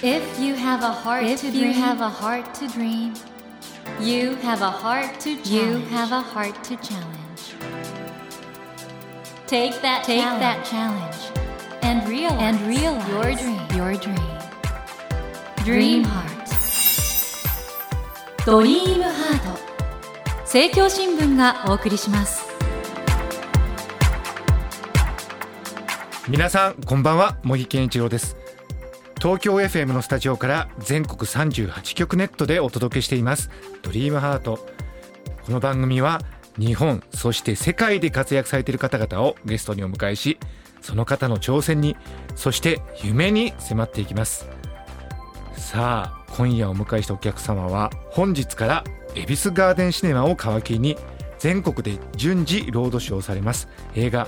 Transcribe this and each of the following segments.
If you have a heart to dream, you have a heart to dream. You have a heart to challenge. You have a heart to challenge. Take that challenge and realize your dream. Dream Heart. ドリームハート。政教新聞がお送りします。 皆さんこんばんは、茂木健一郎です。東京 FM のスタジオから全国38局ネットでお届けしていますドリームハート。この番組は日本そして世界で活躍されている方々をゲストにお迎えし、その方の挑戦にそして夢に迫っていきます。さあ今夜お迎えしたお客様は本日から恵比寿ガーデンシネマを皮切りに全国で順次ロードショーされます映画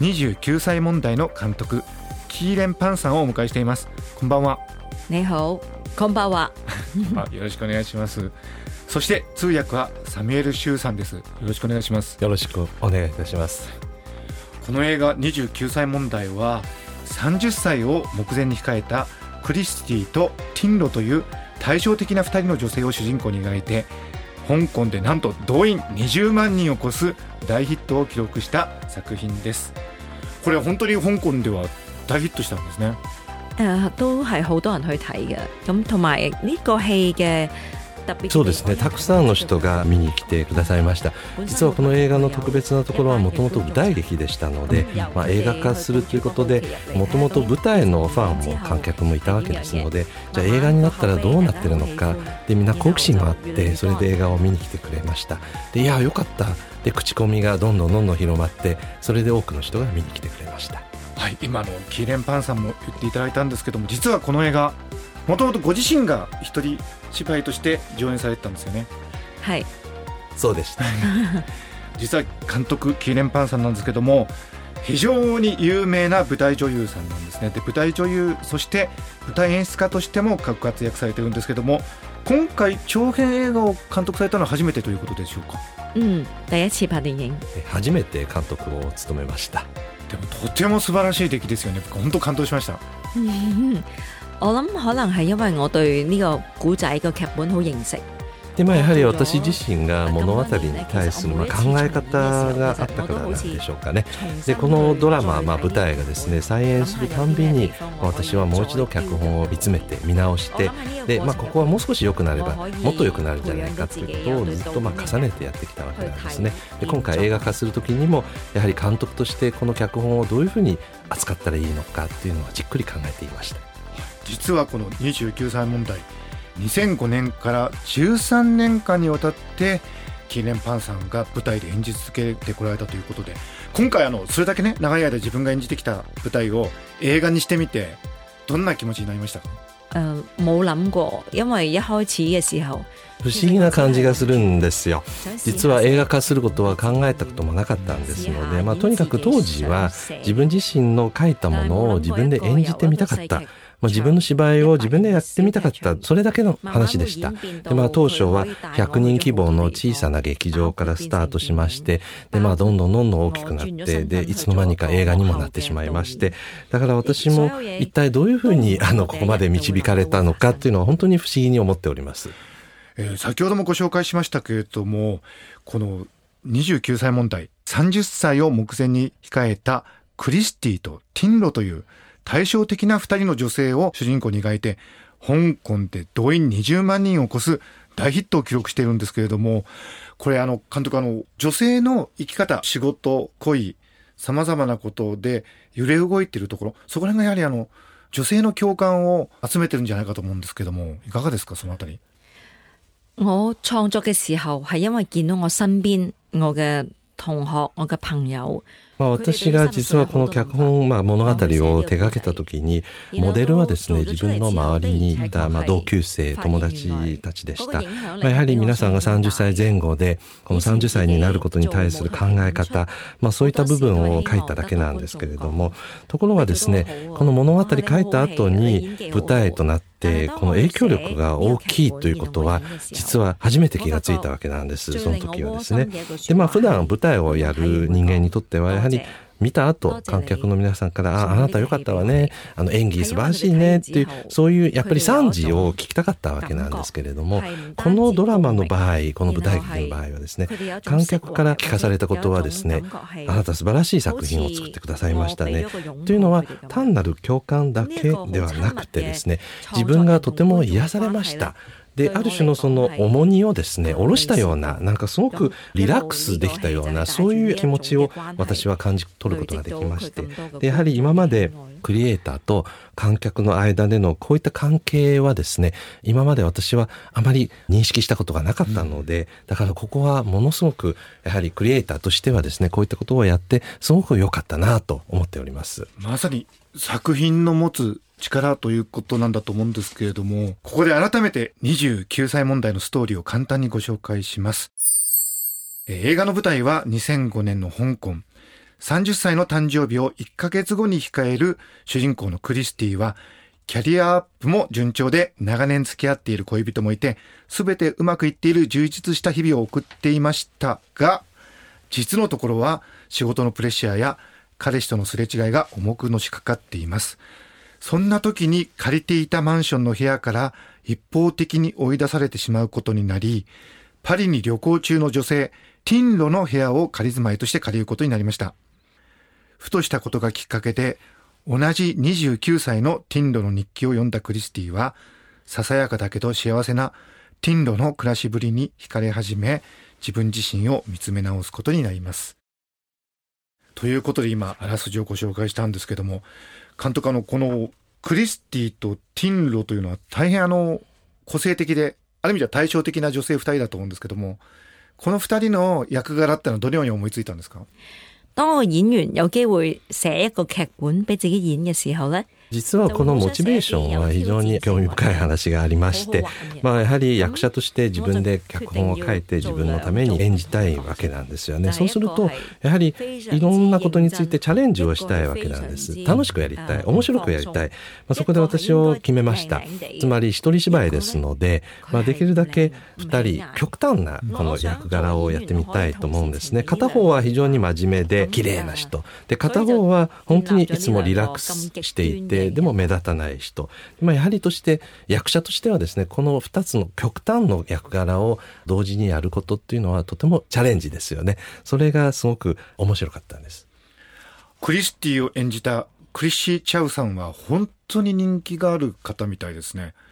29歳問題の監督キーレン・パンさんをお迎えしています。こんばんは。 你好、こんばんは。 よろしくお願いします。そして通訳はサミュエル・シューさんです。よろしくお願いします。 よろしくお願いいたします。 この映画29歳問題は30歳を目前に控えたクリスティとティンロという対照的な2人の女性を主人公に描いて、香港でなんと動員20万人を超す大ヒットを記録した作品です。これは本当に香港では大ヒットしたんですね。 都係好多人去睇嘅。咁同埋呢個戲嘅特別。 そうですね、たくさんの人が見に来てくださいました。実はこの映画の特別なところはもともと舞台劇でしたので、映画化するということでもともと舞台のファンも観客もいたわけですので、じゃあ映画になったらどうなってるのかで、みんな好奇心があって、それで映画を見に来てくれました。で、いやよかったで、口コミがどんどん広まって、それで多くの人が見に来てくれました。 はい、今のキーレン・パンさんも言っていただいたんですけども、実はこの映画もともとご自身が一人芝居として上演されてたんですよね。 はい、 そうでした実は監督キーレン・パンさんなんですけども、非常に有名な舞台女優さんなんですね。で、舞台女優そして舞台演出家としても活躍されてるんですけども、今回長編映画を監督されたのは初めてということでしょうか。 第一次拍電影。 初めて監督を務めました。 でもとても素晴らしい出来ですよね。本当感動しました。 我諗可能係因為我對呢個古仔個劇本好認識。 で、やはり私自身が物語に対する考え方があったからなんでしょうかね。で、このドラマ、舞台がですね再演するたんびに、私はもう一度脚本を見つめて見直して、で、ここはもう少し良くなればもっと良くなるんじゃないかということをずっと重ねてやってきたわけなんですね。で、今回映画化する時にもやはり監督としてこの脚本をどういうふうに扱ったらいいのかっていうのはじっくり考えていました。 実はこの29歳問題、2005年から13年間にわたってキーレン・パンさんが舞台で演じ続けてこられたということで、今回それだけね長い間自分が演じてきた舞台を映画にしてみてどんな気持ちになりましたか。 冇諗過，因為一開始嘅時候不思議な感じがするんですよ。実は映画化することは考えたこともなかったんですので、とにかく当時は自分自身の書いたものを自分で演じてみたかった、自分の芝居を自分でやってみたかった、それだけの話でした。で、当初は100人規模の小さな劇場からスタートしまして、で、どんどん大きくなって、で、いつの間にか映画にもなってしまいまして、だから私も一体どういうふうにここまで導かれたのかっていうのは本当に不思議に思っております。 先ほどもご紹介しましたけれども、この29歳問題、30歳を目前に控えたクリスティとティンロという対照的な2人の女性を主人公に描いて、香港で動員20万人を超す大ヒットを記録しているんですけれども、これ監督女性の生き方、仕事、恋、様々なことで揺れ動いているところ、そこら辺がやはり女性の共感を集めてるんじゃないかと思うんですけども、いかがですか、そのあたり。 我創作嘅時候係因為見到我身邊我嘅同學、我嘅朋友。 私が実はこの脚本、物語を手掛けた時に、モデルはですね、自分の周りにいた、同級生、友達たちでした。やはり皆さんが30歳前後で、この30歳になることに対する考え方、そういった部分を書いただけなんですけれども、ところがですね、この物語書いた後に舞台となって、この影響力が大きいということは、実は初めて気がついたわけなんです、その時はですね。で、普段舞台をやる人間にとっては、やはり見た後観客の皆さんからあなたよかったわね、演技素晴らしいねっていう、そういうやっぱり賛辞を聞きたかったわけなんですけれども、このドラマの場合、この舞台劇の場合はですね、観客から聞かされたことはですね、あなた素晴らしい作品を作ってくださいましたねというのは、単なる共感だけではなくてですね、自分がとても癒されました。である種のその重荷をですね下ろしたような、なんかすごくリラックスできたような、そういう気持ちを私は感じ取ることができまして、でやはり今までクリエイターと観客の間でのこういった関係はですね、今まで私はあまり認識したことがなかったので、だからここはものすごくやはりクリエイターとしてはですね、こういったことをやってすごく良かったなと思っております。 まさに作品の持つ力ということなんだと思うんですけれども、ここで改めて29歳問題のストーリーを簡単にご紹介します。映画の舞台は2005年の香港。30歳の誕生日を1ヶ月後に控える主人公のクリスティは、キャリアアップも順調で長年付き合っている恋人もいて、すべてうまくいっている充実した日々を送っていましたが、実のところは仕事のプレッシャーや彼氏とのすれ違いが重くのしかかっています。そんな時に借りていたマンションの部屋から一方的に追い出されてしまうことになり、パリに旅行中の女性ティンロの部屋を仮住まいとして借りることになりました。ふとしたことがきっかけで、同じ29歳のティンロの日記を読んだクリスティは、ささやかだけど幸せなティンロの暮らしぶりに惹かれ始め、自分自身を見つめ直すことになります。ということで今あらすじをご紹介したんですけども、監督このクリスティとティンロというのは大変個性的で、ある意味では対照的な女性2人だと思うんですけども、この2人の役柄ってのはどのように思いついたんですか？ 當個演員有機會寫一個劇本俾自己演嘅時候呢， 実はこのモチベーションは非常に興味深い話がありまして、やはり役者として自分で脚本を書いて自分のために演じたいわけなんですよね。そうするとやはりいろんなことについてチャレンジをしたいわけなんです。楽しくやりたい、面白くやりたい、そこで私を決めました。つまり一人芝居ですので、できるだけ2人極端なこの役柄をやってみたいと思うんですね。片方は非常に真面目で綺麗な人で、片方は本当にいつもリラックスしていてでも目立たない人、やはりとして役者としてはですね、この2つの極端の役柄を同時にやることっていうのはとてもチャレンジですよね。それがすごく面白かったんです。 クリスティを演じたクリッシー・チャウさんは本当に人気がある方みたいですね。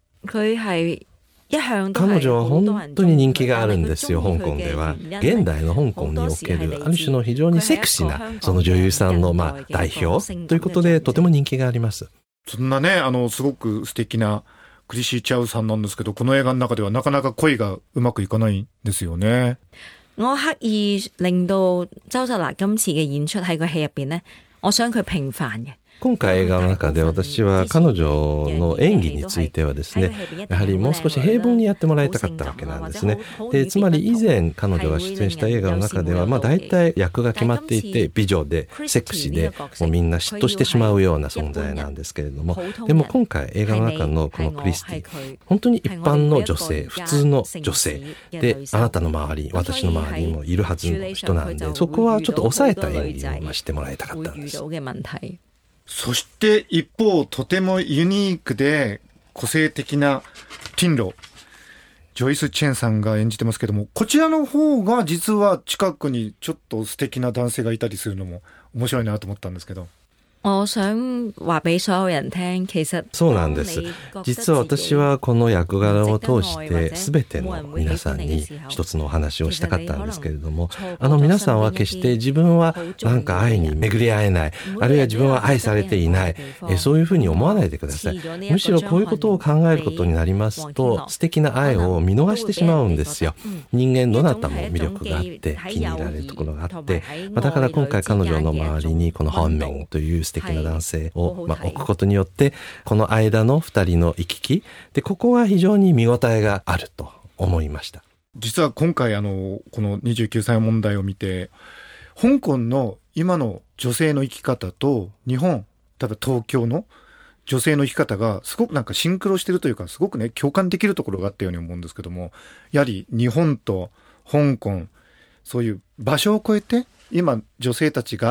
彼女は本当に人気があるんですよ。香港では現代の香港におけるある種の非常にセクシーなその女優さんの代表ということでとても人気があります。 そんなねすごく素敵なクリシー・チャウさんなんですけど、この映画の中ではなかなか恋がうまくいかないんですよね。 我刻意令到周秀娜今次嘅演出喺個戲入邊呢，我想佢平凡嘅。 今回映画の中で私は彼女の演技についてはですね、やはりもう少し平凡にやってもらいたかったわけなんですね。でつまり以前彼女が出演した映画の中では大体役が決まっていて美女でセクシーでもうみんな嫉妬してしまうような存在なんですけれども、でも今回映画の中のこのクリスティ、本当に一般の女性、普通の女性で、あなたの周り私の周りにもいるはずの人なんで、そこはちょっと抑えた演技をしてもらいたかったんです。 そして一方とてもユニークで個性的なティンロ、ジョイス・チェンさんが演じてますけども、こちらの方が実は近くにちょっと素敵な男性がいたりするのも面白いなと思ったんですけど。 我想話俾所有人聽，其實そうなんです。実は私はこの役柄を通して全ての皆さんに一つのお話をしたかったんですけれども、皆さんは決して自分はなんか愛に巡り合えない、あるいは自分は愛されていない、そういうふうに思わないでください。むしろこういうことを考えることになりますと、素敵な愛を見逃してしまうんですよ。人間どなたも魅力があって気に入られるところがあって、だから今回彼女の周りにこの本面という素敵な男性を置くことによって、この間の2人の行き来で、ここは非常に見応えがあると思いました。 実は今回この29歳問題を見て、香港の今の女性の生き方と日本、例えば東京の女性の生き方がすごくなんかシンクロしてるというか、すごくね共感できるところがあったように思うんですけども、やはり日本と香港、そういう場所を超えて今女性たちが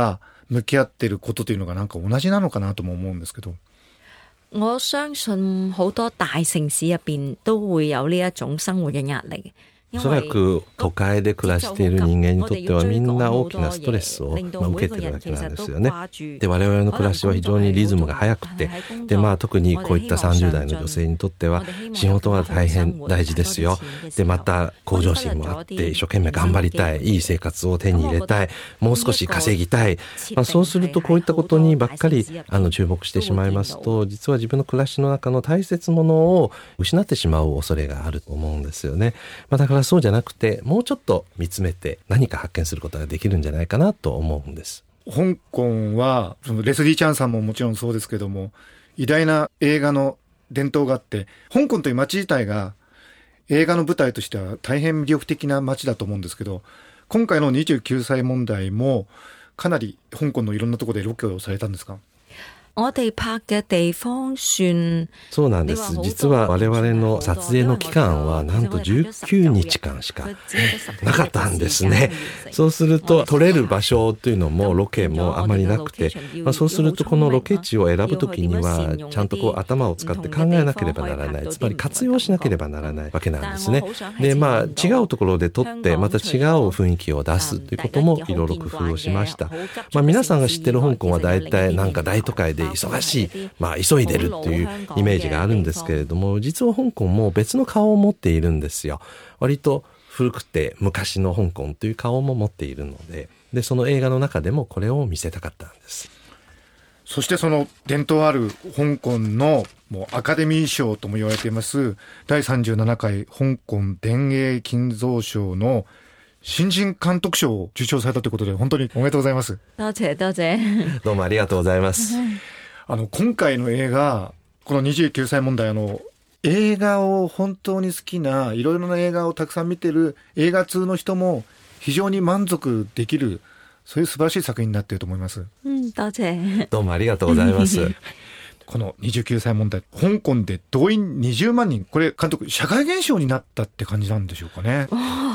向き合ってることというのがなんか同じなのかなとも思うんですけど。 我相信好多大城市入邊都會有呢一種生活嘅壓力。 おそらく都会で暮らしている人間にとってはみんな大きなストレスを受けてるわけなんですよね。で、我々の暮らしは非常にリズムが速くて、で、特にこういった30代の女性にとっては仕事が大変大事ですよ。で、また向上心もあって一生懸命頑張りたい、いい生活を手に入れたい、もう少し稼ぎたい。そうするとこういったことにばっかり注目してしまいますと、実は自分の暮らしの中の大切ものを失ってしまう恐れがあると思うんですよね。だからそうじゃなくて、もうちょっと見つめて何か発見することができるんじゃないかなと思うんです。 香港はそのレスリー・チャンさんももちろんそうですけども、偉大な映画の伝統があって、香港という街自体が映画の舞台としては大変魅力的な街だと思うんですけど、今回の29歳問題もかなり香港のいろんなところでロケをされたんですか？ 我哋拍嘅地方算そうなんです。実は我々の撮影の期間はなんと19日間しかなかったんですね。そうすると撮れる場所というのもロケもあまりなくて、そうするとこのロケ地を選ぶときにはちゃんとこう頭を使って考えなければならない、つまり活用しなければならないわけなんですね。で、違うところで撮ってまた違う雰囲気を出すということもいろいろ工夫をしました。皆さんが知ってる香港は大体なんか大都会で忙しい、急いでるっていうイメージがあるんですけれども、実は香港も別の顔を持っているんですよ。割と古くて昔の香港という顔も持っているので、その映画の中でもこれを見せたかったんです。 そしてその伝統ある香港のもうアカデミー賞とも言われています第37回香港電影金像賞の新人監督賞を受賞されたということで、本当におめでとうございます。 多謝多謝。 どうもありがとうございます。 今回の映画、この29歳問題、映画を本当に好きな、いろいろな映画をたくさん見てる映画通の人も非常に満足できる、そういう素晴らしい作品になっていると思います。 多謝。 どうもありがとうございます。 この29歳問題、香港で動員20万人、これ監督社會現象になったって感じなんでしょうかね。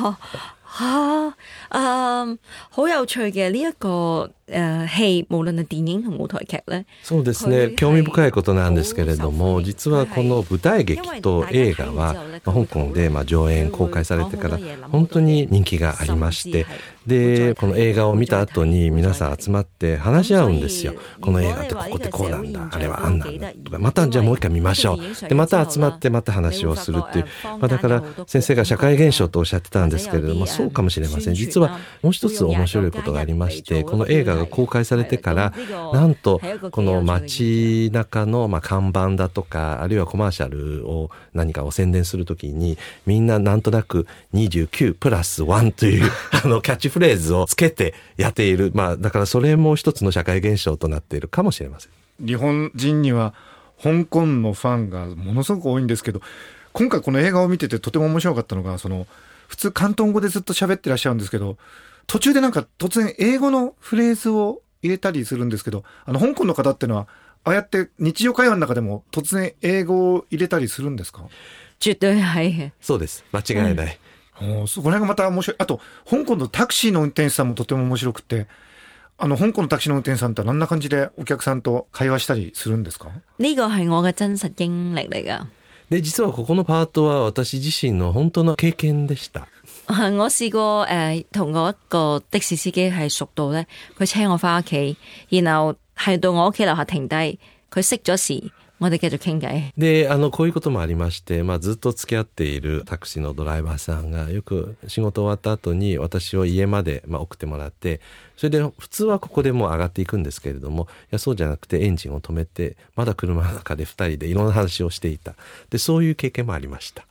好有趣嘅呢一個戲，無論係電影同舞台劇咧。 そうですね、興味深いことなんですけれども、実はこの舞台劇と映画は香港で上演公開されてから本当に人気がありまして、でこの映画を見た後に皆さん集まって話し合うんですよ。この映画ってここってこうなんだ、あれはあんなんだとか、またじゃあもう一回見ましょう。でまた集まってまた話をするっていう、だから先生が社会現象とおっしゃってたんですけれども、そうかもしれません。実はもう一つ面白いことがありまして、この映画が公開されてからなんとこの街中の看板だとか、あるいはコマーシャルを何かを宣伝するときにみんななんとなく29プラス1というキャッチフレーズをつけてやっている、だからそれも一つの社会現象となっているかもしれません。 日本人には香港のファンがものすごく多いんですけど、今回この映画を見ててとても面白かったのが、普通広東語でずっと喋ってらっしゃるんですけど、途中でなんか突然英語のフレーズを入れたりするんですけど、香港の方っていうのはああやって日常会話の中でも突然英語を入れたりするんですか？ 絕對係。 そうです、間違いない。 この辺がまた面白い。あと香港のタクシーの運転手さんもとても面白くて、香港のタクシーの運転手さんってあんな感じでお客さんと会話したりするんですか？ 呢個係我嘅真實經歷嚟㗎。 で実はここのパートは私自身の本当の経験でした。 我試過同我一個的士司機係熟到咧，佢車我翻屋企，然後係到我屋企樓下停低，佢熄咗匙，我哋繼續傾偈。 でこういうこともありまして、ずっと付き合っているタクシーのドライバーさんがよく仕事終わった後に私を家まで送ってもらって、それで普通はここでもう上がっていくんですけれども、そうじゃなくてエンジンを止めてまだ車の中で2人でいろんな話をしていた。でそういう経験もありました。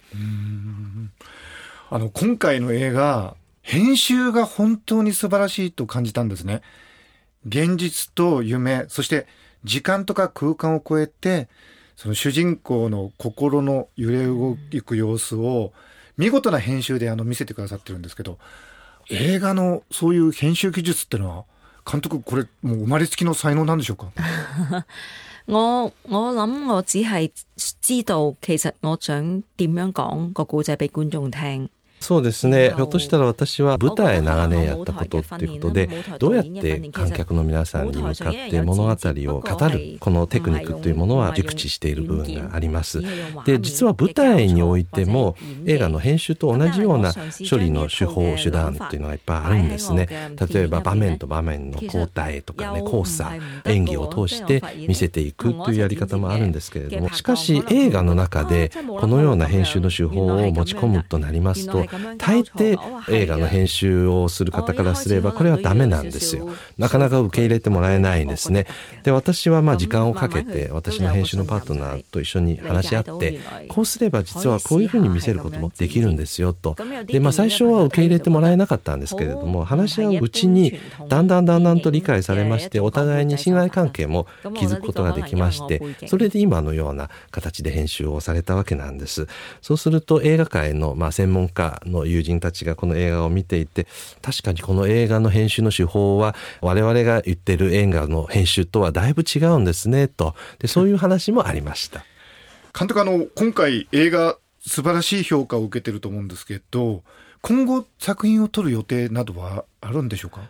今回の映画、編集が本当に素晴らしいと感じたんですね。現実と夢、そして時間とか空間を超えて、その主人公の心の揺れ動く様子を見事な編集で見せてくださってるんですけど、映画のそういう編集技術ってのは監督これもう生まれつきの才能なんでしょうか？ 我諗我只係知道其實我想點樣講個故仔俾觀眾聽。 そうですね、ひょっとしたら私は舞台長年やったことっていうことで、どうやって観客の皆さんに向かって物語を語るこのテクニックというものは熟知している部分があります。で、実は舞台においても映画の編集と同じような処理の手法手段っていうのがいっぱいあるんですね。例えば場面と場面の交代とかね、交差、演技を通して見せていくというやり方もあるんですけれども、しかし映画の中でこのような編集の手法を持ち込むとなりますと、大抵映画の編集をする方からすればこれはダメなんですよ。なかなか受け入れてもらえないんですね。で、私は時間をかけて私の編集のパートナーと一緒に話し合って、こうすれば実はこういうふうに見せることもできるんですよと。で、最初は受け入れてもらえなかったんですけれども、話し合ううちにだんだんと理解されまして、お互いに信頼関係も築くことができまして、それで今のような形で編集をされたわけなんです。そうすると映画界の専門家の友人たちがこの映画を見ていて、確かにこの映画の編集の手法は我々が言ってる映画の編集とはだいぶ違うんですねと。で、そういう話もありました。 監督、今回映画素晴らしい評価を受けてると思うんですけど、今後作品を撮る予定などはあるんでしょうか？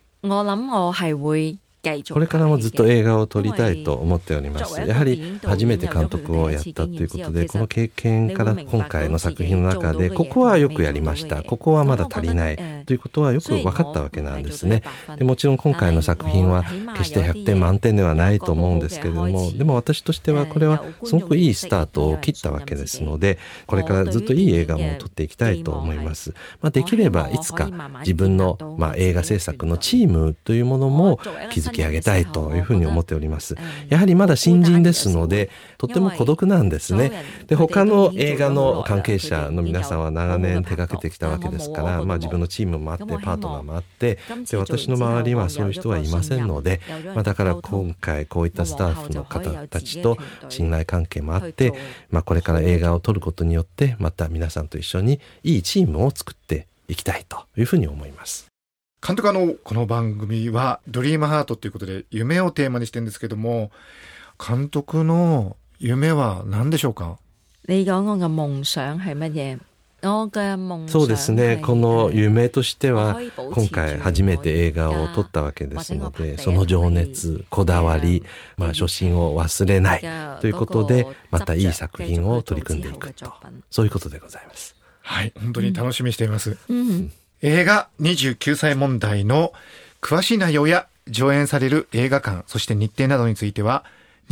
これからもずっと映画を撮りたいと思っております。やはり初めて監督をやったということで、この経験から今回の作品の中でここはよくやりました、ここはまだ足りないということはよく分かったわけなんですね。で、もちろん今回の作品は決して100点満点ではないと思うんですけれども、でも私としてはこれはすごくいいスタートを切ったわけですので、これからずっといい映画も撮っていきたいと思います。できればいつか自分の映画制作のチームというものも築き上げたいというふうに思っております。やはりまだ新人ですので、とても孤独なんですね。で、他の映画の関係者の皆さんは長年手掛けてきたわけですから、自分のチームもあってパートナーもあって、で、私の周りはそういう人はいませんので、だから今回こういったスタッフの方たちと信頼関係もあって、これから映画を撮ることによってまた皆さんと一緒にいいチームを作っていきたいというふうに思います。 監督、この番組はドリームハートということで夢をテーマにしてるんですけども、監督の夢は何でしょうか？ 你講我嘅夢想係乜嘢？我嘅夢想そうですね、この夢としては今回初めて映画を撮ったわけですので、その情熱、こだわり、初心を忘れないということで、またいい作品を取り組んでいくと、そういうことでございます。 はい、本当に楽しみにしています。映画29歳問題の詳しい内容や上演される映画館、そして日程などについては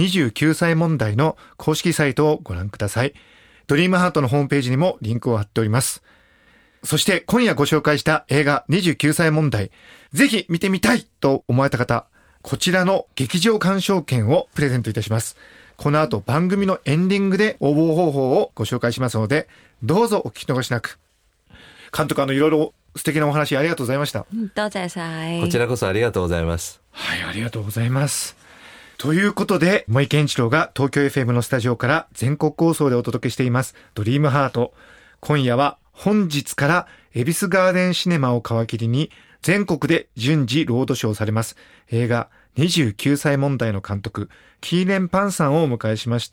29歳問題の公式サイトをご覧ください。ドリームハートのホームページにもリンクを貼っております。そして今夜ご紹介した映画29歳問題、ぜひ見てみたいと思われた方、こちらの劇場鑑賞券をプレゼントいたします。この後番組のエンディングで応募方法をご紹介しますので、どうぞお聞き逃しなく。監督、いろいろ素敵なお話ありがとうございました。 多謝晒。 こちらこそありがとうございます。 はい、ありがとうございます。ということで、森健一郎が東京 FM のスタジオから全国放送でお届けしていますドリームハート。今夜は本日から恵比寿ガーデンシネマを皮切りに全国で順次ロードショーされます映画29歳問題の監督、キーレン・パンさんをお迎えしました。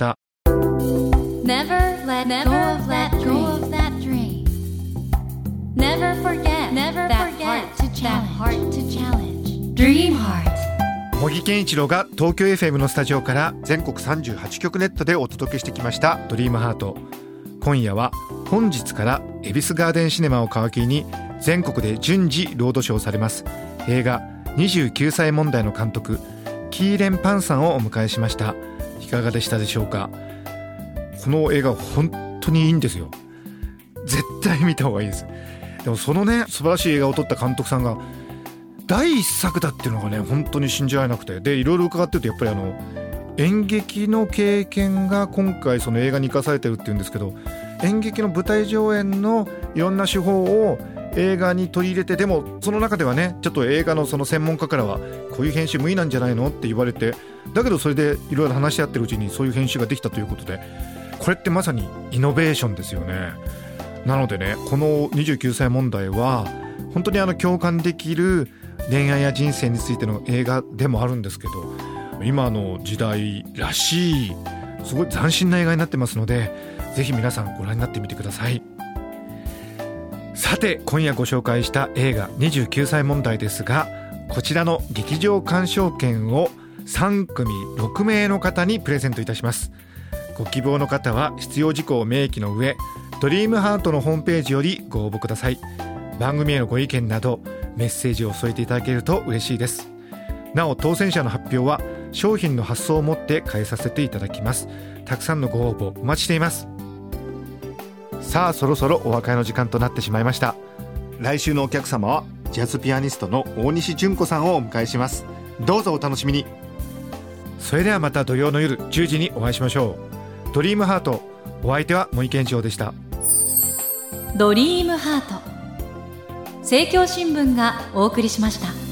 Never let go of that dream. Never forget that heart to challenge. Dream Heart. 茂木健一郎が東京 FM のスタジオから全国38局ネットでお届けしてきましたドリームハート。今夜は本日から恵比寿ガーデンシネマを皮切りに全国で順次ロードショーされます映画29歳問題の監督、キーレン・パンさんをお迎えしました。いかがでしたでしょうか？この映画本当にいいんですよ。絶対見た方がいいです。でもそのね、素晴らしい映画を撮った監督さんが第一作だっていうのがね、本当に信じられなくて、でいろいろ伺ってるとやっぱり演劇の経験が今回その映画に生かされてるっていうんですけど、演劇の舞台上演のいろんな手法を映画に取り入れて、でもその中ではね、ちょっと映画のその専門家からはこういう編集無理なんじゃないのって言われて、だけどそれでいろいろ話し合ってるうちにそういう編集ができたということで、これってまさにイノベーションですよね。なのでね、この29歳問題は本当に共感できる恋愛や人生についての映画でもあるんですけど、今の時代らしいすごい斬新な映画になってますので、ぜひ皆さんご覧になってみてください。ささて今夜ご紹介した映画29歳問題ですが、こちらの劇場鑑賞券を3組6名の方にプレゼントいたします。ご希望の方は必要事項を明記の上、ドリームハートのホームページよりご応募ください。番組へのご意見などメッセージを添えていただけると嬉しいです。なお当選者の発表は商品の発送をもって返させていただきます。たくさんのご応募お待ちしています。さあそろそろお別れの時間となってしまいました。来週のお客様はジャズピアニストの大西純子さんをお迎えします。どうぞお楽しみに。それではまた土曜の夜10時にお会いしましょう。ドリームハート、お相手は森健一郎でした。 ドリームハート、政教新聞がお送りしました。